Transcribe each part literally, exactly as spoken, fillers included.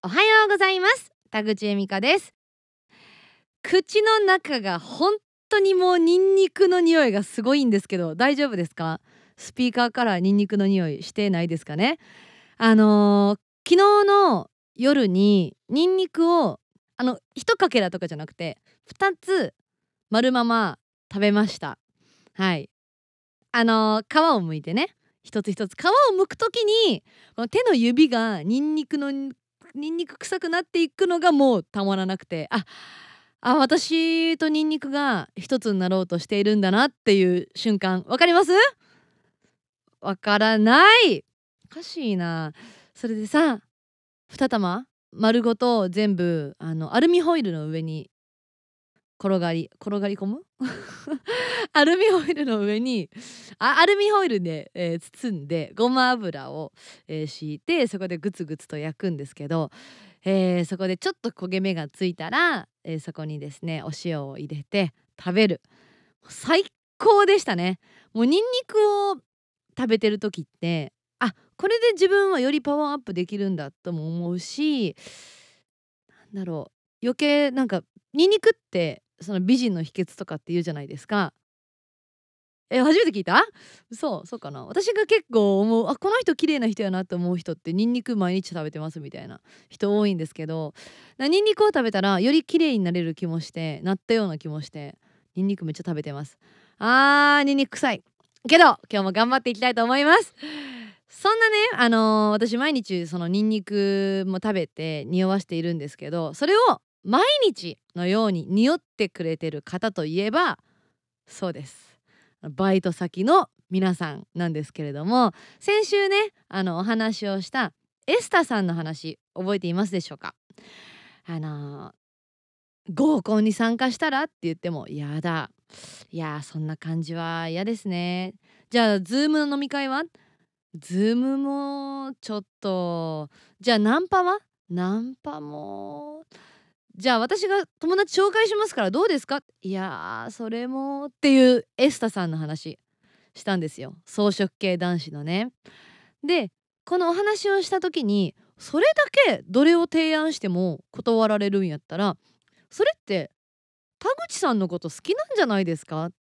おはようございます。田口恵美香です。口の中が本当にもうニンニクの匂いがすごいんですけど、大丈夫ですか？スピーカーからニンニクの匂いしてないですかね？あのー、昨日の夜にニンニクをあの一かけらとかじゃなくてふたつ丸まま食べました。はい。あのー、皮を剥いてね、一つ一つ皮を剥くときにこの手の指がニンニクのニンニク臭くなっていくのがもうたまらなくて、ああ私とニンニクが一つになろうとしているんだなっていう瞬間、わかります？わからない。おかしいな。それでさ、に玉丸ごと全部あのアルミホイルの上に転がり転がり込むアルミホイルの上にあアルミホイルで、えー包んでごま油を、えー敷いて、そこでグツグツと焼くんですけど、えーそこでちょっと焦げ目がついたら、えーそこにですねお塩を入れて食べる。最高でしたね。もうニンニクを食べてる時って、あこれで自分はよりパワーアップできるんだとも思うし、なんだろう、余計なんかニンニクってその美人の秘訣とかって言うじゃないですか。え、初めて聞いた？そう、そうかな。私が結構思う、あ、この人綺麗な人やなと思う人ってニンニク毎日食べてますみたいな人多いんですけど、なニンニクを食べたらより綺麗になれる気もして、なったような気もして、ニンニクめっちゃ食べてます。あー、ニンニク臭い。けど、今日も頑張っていきたいと思います。そんなね、あのー私毎日そのニンニクも食べて匂わしているんですけど、それを毎日のように匂ってくれてる方といえば、そうです。バイト先の皆さんなんですけれども、先週ね、あのお話をしたエスタさんの話覚えていますでしょうか？あの合コンに参加したらって言ってもやだ。いやーそんな感じは嫌ですね。じゃあズームの飲み会は？ズームもちょっと。じゃあナンパは？ナンパも。じゃあ私が友達紹介しますからどうですか？いやーそれもっていうエスタさんの話したんですよ。草食系男子のね。で、このお話をした時に、それだけどれを提案しても断られるんやったら、それって田口さんのこと好きなんじゃないですかって、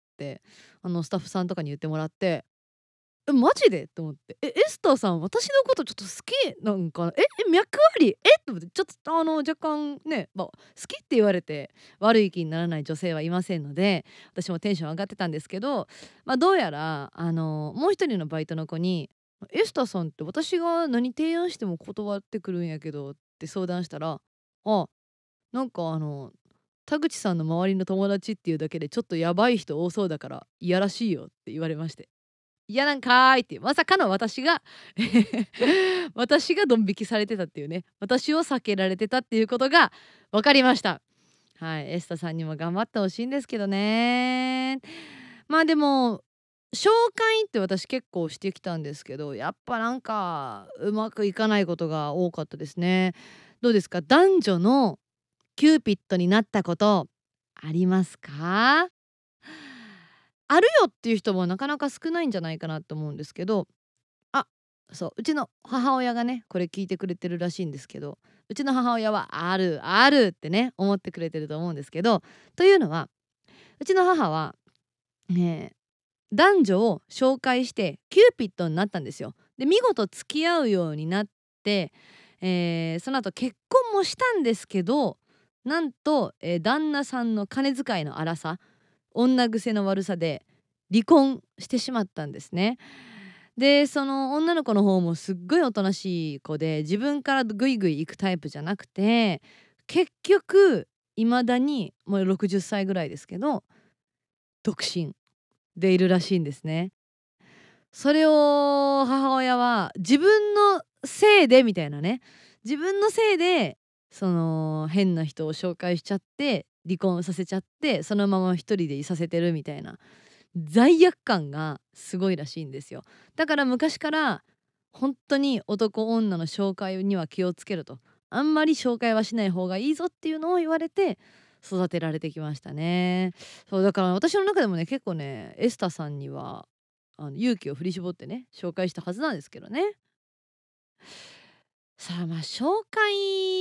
あのスタッフさんとかに言ってもらって、え、マジで？と思って。え、エスターさん、私のことちょっと好きなんかな、ええ、脈あり？え？と思って、ちょっとあの若干ね、ま、好きって言われて悪い気にならない女性はいませんので、私もテンション上がってたんですけど、ま、どうやらあのもう一人のバイトの子に「エスターさんって私が何提案しても断ってくるんやけど」って相談したら、「あ、なんかあの田口さんの周りの友達っていうだけでちょっとやばい人多そうだから嫌らしいよ」って言われまして。嫌なんかーいっていう、まさかの私が私がドン引きされてたっていうね、私を避けられてたっていうことが分かりました。はい、エスタさんにも頑張ってほしいんですけどね。まあでも紹介って私結構してきたんですけど、やっぱなんかうまくいかないことが多かったですね。どうですか？男女のキューピッドになったことありますか？あるよっていう人もなかなか少ないんじゃないかなと思うんですけど、あ、そう、うちの母親がね、これ聞いてくれてるらしいんですけど、うちの母親はあるあるってね、思ってくれてると思うんですけど、というのは、うちの母は、ね、男女を紹介してキューピッドになったんですよ。で、見事付き合うようになって、えーその後結婚もしたんですけど、なんと、えー旦那さんの金遣いの荒さ、女癖の悪さで離婚してしまったんですね。で、その女の子の方もすっごいおとなしい子で、自分からぐいぐい行くタイプじゃなくて、結局未だにもうろくじゅっさいぐらいですけど、独身でいるらしいんですね。それを母親は自分のせいでみたいなね、自分のせいでその変な人を紹介しちゃって離婚させちゃって、そのまま一人でいさせてるみたいな罪悪感がすごいらしいんですよ。だから昔から本当に男女の紹介には気をつけろと、あんまり紹介はしない方がいいぞっていうのを言われて育てられてきましたね。そうだから私の中でもね、結構ねエスタさんにはあの勇気を振り絞ってね紹介したはずなんですけどね。さあ、まあ紹介っ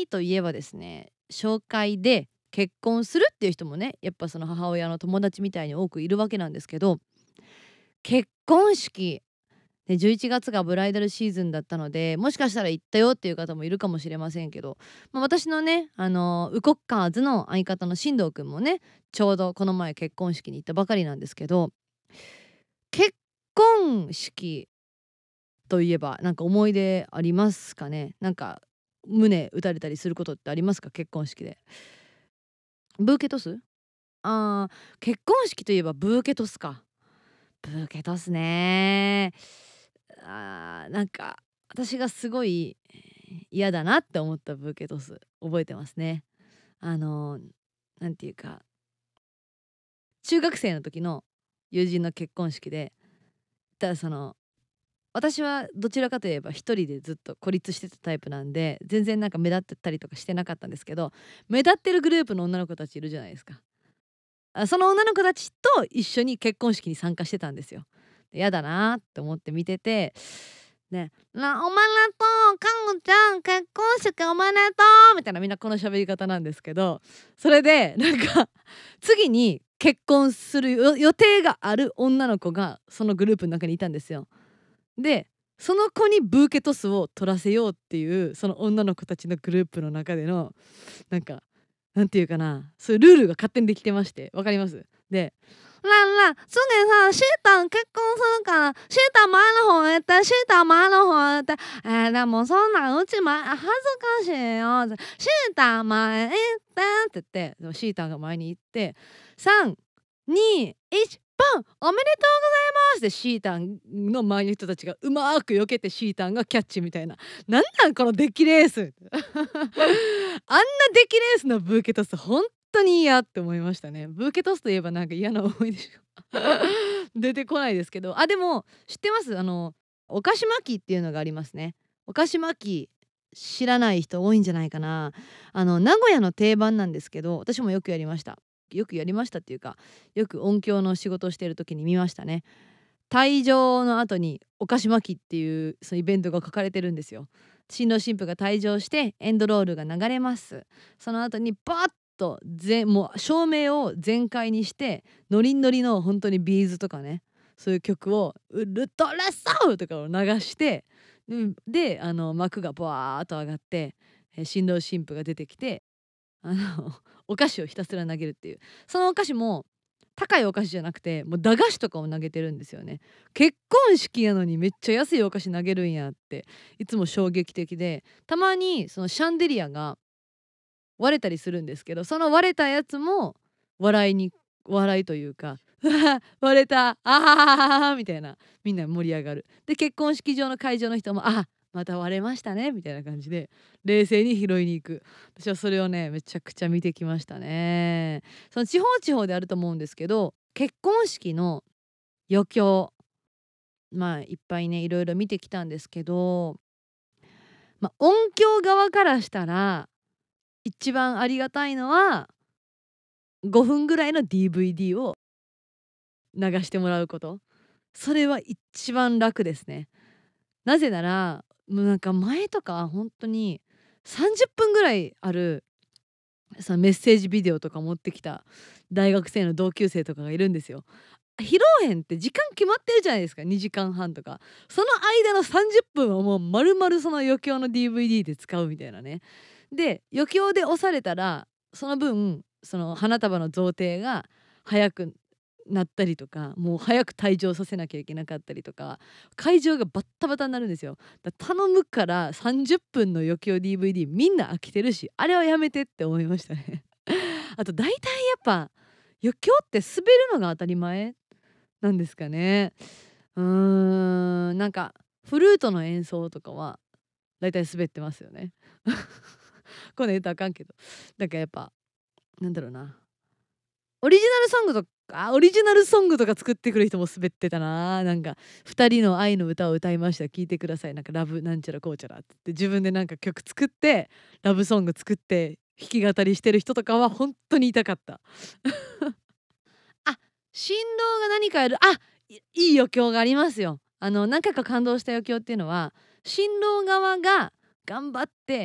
といえばですね、紹介で結婚するっていう人もね、やっぱその母親の友達みたいに多くいるわけなんですけど、結婚式でじゅういちがつがブライダルシーズンだったので、もしかしたら行ったよっていう方もいるかもしれませんけど、まあ、私のね、あのウコッカーズの相方の進藤くんもね、ちょうどこの前結婚式に行ったばかりなんですけど、結婚式といえばなんか思い出ありますかね。なんか胸打たれたりすることってありますか、結婚式で。ブーケトス。あー、結婚式といえばブーケトスか。ブーケトスね。あー、なんか私がすごいえー嫌だなって思ったブーケトス覚えてますね。あのなんていうか、中学生の時の友人の結婚式で、ただその私はどちらかといえば一人でずっと孤立してたタイプなんで、全然なんか目立ってたりとかしてなかったんですけど、目立ってるグループの女の子たちいるじゃないですか。あ、その女の子たちと一緒に結婚式に参加してたんですよ。でやだなーって思って見てて、ね、なおめでとう、かんごちゃん、結婚式おめでとうみたいな、みんなこの喋り方なんですけど、それでなんか次に結婚するよ予定がある女の子がそのグループの中にいたんですよ。で、その子にブーケトスを取らせようっていうその女の子たちのグループの中でのなんか、なんていうかな、そういうルールが勝手にできてまして、わかります？で、ランラン、次さ、シータン結婚するから、シータン前の方へ行って、シータン前の方へ行って、えー、でもそんなんうち前、恥ずかしいよ。シータン前行ってって言って、でもシータンが前に行って、さん、に、いち、バンおめでとうございますでシータンの周りの人たちがうまーく避けてシータンがキャッチみたいな。なんなんこのデッキレースあんなデッキレースのブーケトス本当に嫌って思いましたね。ブーケトスといえばなんか嫌な思い出しか出てこないですけど、あ、でも知ってます？あのお菓子巻きっていうのがありますね。お菓子巻き知らない人多いんじゃないかな。あの名古屋の定番なんですけど、私もよくやりました。よくやりましたっていうか、よく音響の仕事をしている時に見ましたね。退場の後にお菓子巻きっていうそのイベントが書かれてるんですよ。新郎新婦が退場してエンドロールが流れます。その後にバッと全もう照明を全開にしてノリンノリの本当にビーズとかね、そういう曲をウルトラソウとかを流して、うん、であの幕がバーッと上がって、え新郎新婦が出てきて、あのお菓子をひたすら投げるっていう。そのお菓子も高いお菓子じゃなくて、もう駄菓子とかを投げてるんですよね。結婚式やのにめっちゃ安いお菓子投げるんやっていつも衝撃的で、たまにそのシャンデリアが割れたりするんですけど、その割れたやつも笑いに笑いというか「うわ割れた、あはははは」みたいな、みんな盛り上がる。で結婚式場の会場の人も「あ、また割れましたね」みたいな感じで冷静に拾いに行く。私はそれをねめちゃくちゃ見てきましたね。その地方地方であると思うんですけど、結婚式の余興、まあいっぱいねいろいろ見てきたんですけど、まあ、音響側からしたら一番ありがたいのはごふんぐらいの ディーブイディー を流してもらうこと。それは一番楽ですね。なぜなら、もうなんか前とか本当にさんじゅっぷんぐらいあるそのメッセージビデオとか持ってきた大学生の同級生とかがいるんですよ。披露宴って時間決まってるじゃないですか、にじかんはんとか。その間のさんじゅっぷんはもう丸々その余興の ディーブイディー で使うみたいなね。で余興で押されたらその分その花束の贈呈が早くなったりとか、もう早く退場させなきゃいけなかったりとか、会場がバッタバタになるんですよ。だ頼むからさんじゅっぷんの余興 ディーブイディー みんな飽きてるし、あれはやめてって思いましたね。あと大体やっぱ余興って滑るのが当たり前なんですかね。うーん、なんかフルートの演奏とかは大体滑ってますよね。これ言うとあかんけど。なんかやっぱなんだろうな、オリジナルソングとかオリジナルソングとか作ってくる人も滑ってたな。なんかふたりの愛の歌を歌いました、聞いてください、なんかラブなんちゃらこうちゃらって言って自分でなんか曲作ってラブソング作って弾き語りしてる人とかは本当に痛かった。あ、新郎が何かやる、あ、いいい余興がありますよ。あの何回か感動した余興っていうのは、新郎側が頑張って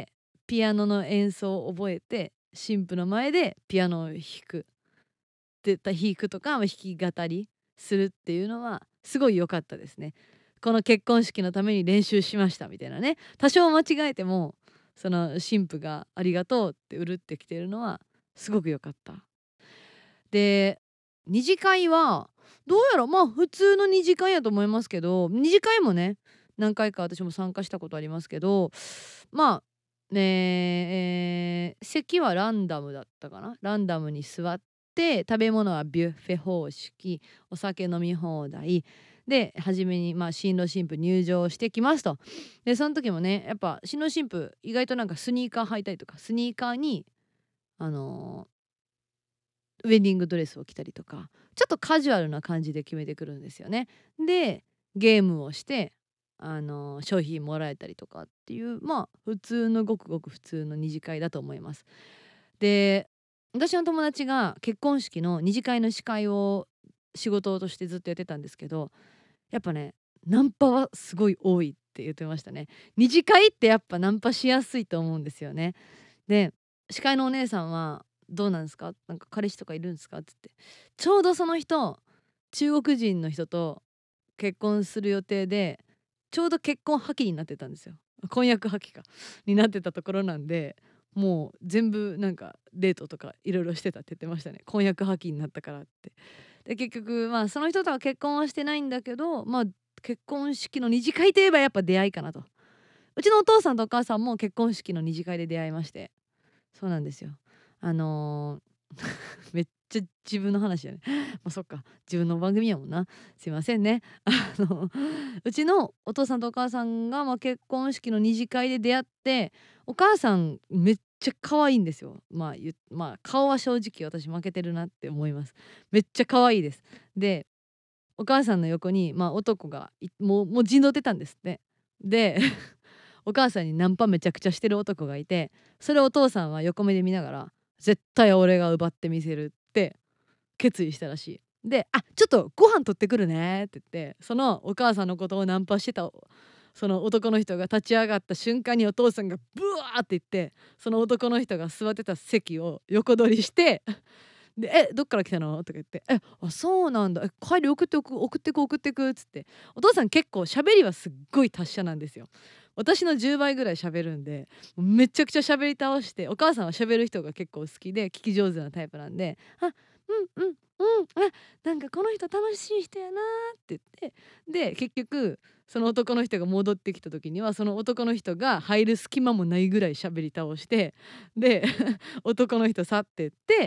ピアノの演奏を覚えて新婦の前でピアノを弾くで弾くとか、まあ、弾き語りするっていうのはすごい良かったですね。この結婚式のために練習しましたみたいなね。多少間違えてもその新婦がありがとうってうるってきてるのはすごく良かった。で、二次会はどうやろ、まあ普通の二次会やと思いますけど、二次会もね何回か私も参加したことありますけど、まあねえー席はランダムだったかな、ランダムに座って食べ物はビュッフェ方式、お酒飲み放題で、初めにまあ新郎新婦入場してきますと。でその時もねやっぱ新郎新婦意外となんかスニーカー履いたりとか、スニーカーにあのーウェディングドレスを着たりとか、ちょっとカジュアルな感じで決めてくるんですよね。でゲームをしてあの商品もらえたりとかっていう、まあ普通のごくごく普通の二次会だと思います。で、私の友達が結婚式の二次会の司会を仕事としてずっとやってたんですけど、やっぱねナンパはすごい多いって言ってましたね。二次会ってやっぱナンパしやすいと思うんですよね。で司会のお姉さんは「どうなんですか、なんか彼氏とかいるんですか?」っつって、ちょうどその人中国人の人と結婚する予定で、ちょうど結婚破棄になってたんですよ。婚約破棄かになってたところなんで、もう全部なんかデートとかいろいろしてたって言ってましたね。婚約破棄になったからって。で結局まあその人とは結婚はしてないんだけど、まあ結婚式の二次会といえばやっぱ出会いかなと。うちのお父さんとお母さんも結婚式の二次会で出会いまして、そうなんですよ。あのーめっちゃ自分の話やね。まあ、そっか、自分の番組やもんな。すいませんね。あのうちのお父さんとお母さんが、まあ、結婚式の二次会で出会って、お母さんめっちゃ可愛いんですよ。まあ、ゆまあ顔は正直私負けてるなって思います。めっちゃ可愛いです。で、お母さんの横に、まあ、男がいもうもう陣取ってたんですって。でお母さんにナンパめちゃくちゃしてる男がいて、それをお父さんは横目で見ながら絶対俺が奪ってみせるって決意したらしい。で「あ、ちょっとご飯取ってくるね」って言って、そのお母さんのことをナンパしてたその男の人が立ち上がった瞬間にお父さんがブワーって言って、その男の人が座ってた席を横取りしてで「え、どっから来たの？」とか言って「え、あ、そうなんだ。え、帰り送っておく送ってく送ってく」っつって、お父さん結構喋りはすっごい達者なんですよ。私のじゅうばいぐらい喋るんで、めちゃくちゃ喋り倒して、お母さんは喋る人が結構好きで聞き上手なタイプなんで「あ、うんうん、うん、あ、なんかこの人楽しい人やな」って言って、で結局その男の人が戻ってきた時にはその男の人が入る隙間もないぐらい喋り倒して、で男の人去ってって、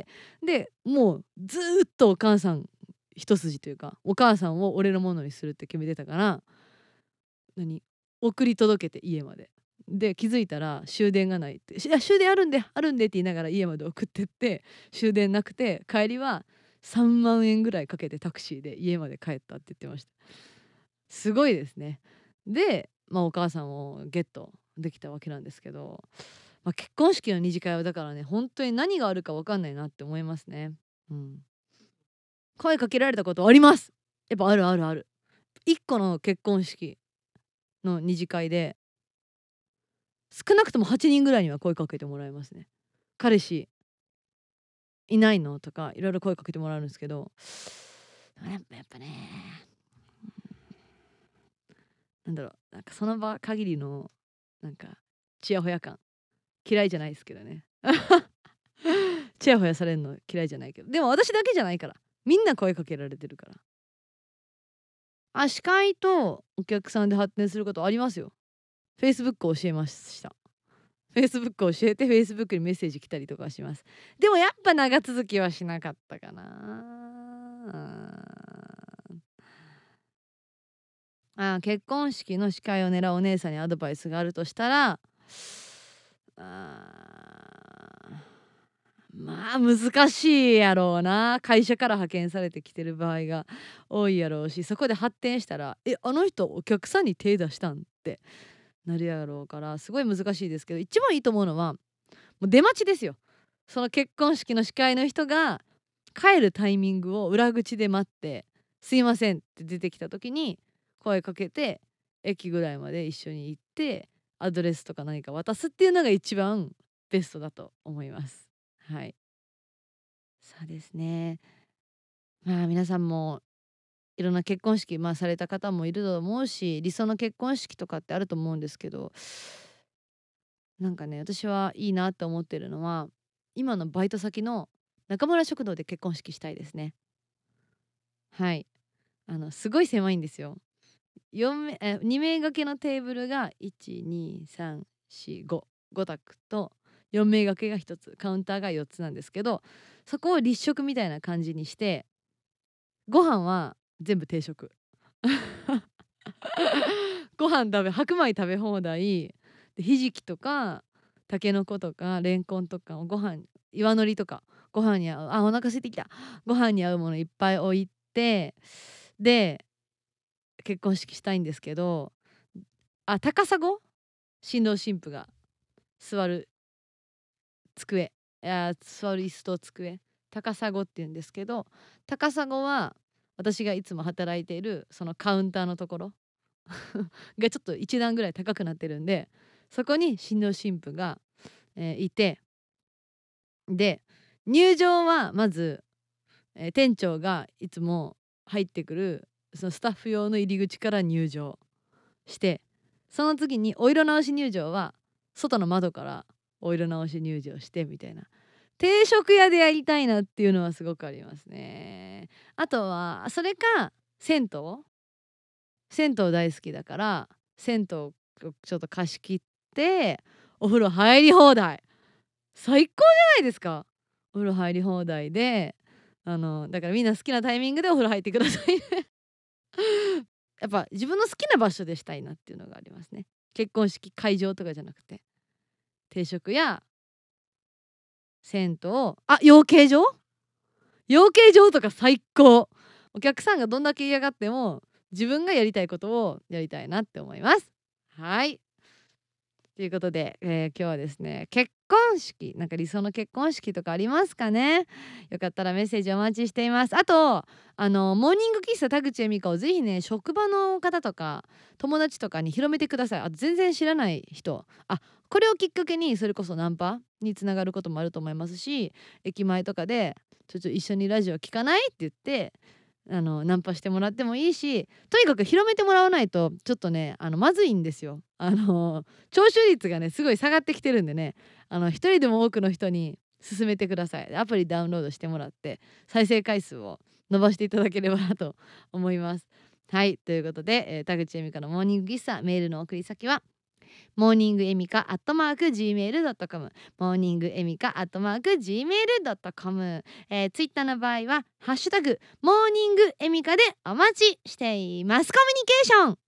でもうずーっとお母さん一筋というか、お母さんを俺のものにするって決めてたから、何送り届けて家まで。で気づいたら終電がないって「いや終電あるんであるんで」って言いながら家まで送ってって、終電なくて帰りはさんまん円ぐらいかけてタクシーで家まで帰ったって言ってました。すごいですね。で、まあ、お母さんをゲットできたわけなんですけど、まあ、結婚式の二次会はだからね本当に何があるか分かんないなって思いますね。うん、声かけられたことあります。やっぱあるあるある。いっこの結婚式の二次会で少なくともはちにんぐらいには声かけてもらいますね。彼氏いないのとかいろいろ声かけてもらうんですけど、やっぱやっぱね、なんだろう、なんかその場限りのなんかちやほや感嫌いじゃないですけどね。ちやほやされるの嫌いじゃないけど、でも私だけじゃないから、みんな声かけられてるから。あ、司会とお客さんで発展することありますよ。Facebook を教えました。Facebook を教えて Facebook にメッセージ来たりとかします。でもやっぱ長続きはしなかったかな。あー結婚式の司会を狙うお姉さんにアドバイスがあるとしたら、あーまあ難しいやろうな。会社から派遣されてきてる場合が多いやろうし、そこで発展したら「え、あの人お客さんに手出したん？」ってなるやろうから、すごい難しいですけど、一番いいと思うのはもう出待ちですよ。その結婚式の司会の人が帰るタイミングを裏口で待って「すいません」って出てきた時に声かけて、駅ぐらいまで一緒に行ってアドレスとか何か渡すっていうのが一番ベストだと思います。はい。そうですね。まあ皆さんもいろんな結婚式、まあ、された方もいると思うし、理想の結婚式とかってあると思うんですけど、なんかね、私はいいなって思ってるのは、今のバイト先の中村食堂で結婚式したいですね。はい。あのすごい狭いんですよ。よん名えに名掛けのテーブルがいち、に、さん、し、ご、ご択とよん名掛けがひとつ、カウンターがよっつなんですけど、そこを立食みたいな感じにして、ご飯は全部定食。ご飯食べ白米食べ放題で、ひじきとかたけのことかれんこんとかご飯、岩のりとかご飯に合う、あお腹空いてきた、ご飯に合うものいっぱい置いて、で結婚式したいんですけど、あ高砂新郎新婦が座る机、いや座る椅子と机、高砂って言うんですけど、高砂は私がいつも働いているそのカウンターのところがちょっと一段ぐらい高くなってるんで、そこに新郎新婦が、えーいて、で入場はまず、えー店長がいつも入ってくるそのスタッフ用の入り口から入場して、その次にお色直し入場は外の窓からお色直し入場してみたいな、定食屋でやりたいなっていうのはすごくありますね。あとはそれか銭湯、銭湯大好きだから銭湯をちょっと貸し切ってお風呂入り放題、最高じゃないですか。お風呂入り放題で、あのだからみんな好きなタイミングでお風呂入ってくださいね。やっぱ自分の好きな場所でしたいなっていうのがありますね。結婚式会場とかじゃなくて、定食や銭湯、あ養鶏場、養鶏場とか最高。お客さんがどんだけ嫌がっても自分がやりたいことをやりたいなって思います。はい。ということで、えー今日はですね、結婚式、なんか理想の結婚式とかありますかね。よかったらメッセージお待ちしています。あと、あのモーニング喫茶田口恵美香をぜひね、職場の方とか友達とかに広めてください。あと全然知らない人、あこれをきっかけにそれこそナンパにつながることもあると思いますし、駅前とかでちょっと一緒にラジオ聞かないって言ってあのナンパしてもらってもいいし、とにかく広めてもらわないとちょっとね、あのまずいんですよ。あの聴取率がねすごい下がってきてるんでね、あの一人でも多くの人に勧めてください。アプリダウンロードしてもらって再生回数を伸ばしていただければなと思います。はい、ということで、えー田口恵美香のモーニング喫茶、メールの送り先はモーニングエミカアットマーク ジーメールドットコム、 モーニングエミカアットマーク ジーメールドットコム、 えー、ツイッターの場合はハッシュタグモーニングエミカでお待ちしています。コミュニケーション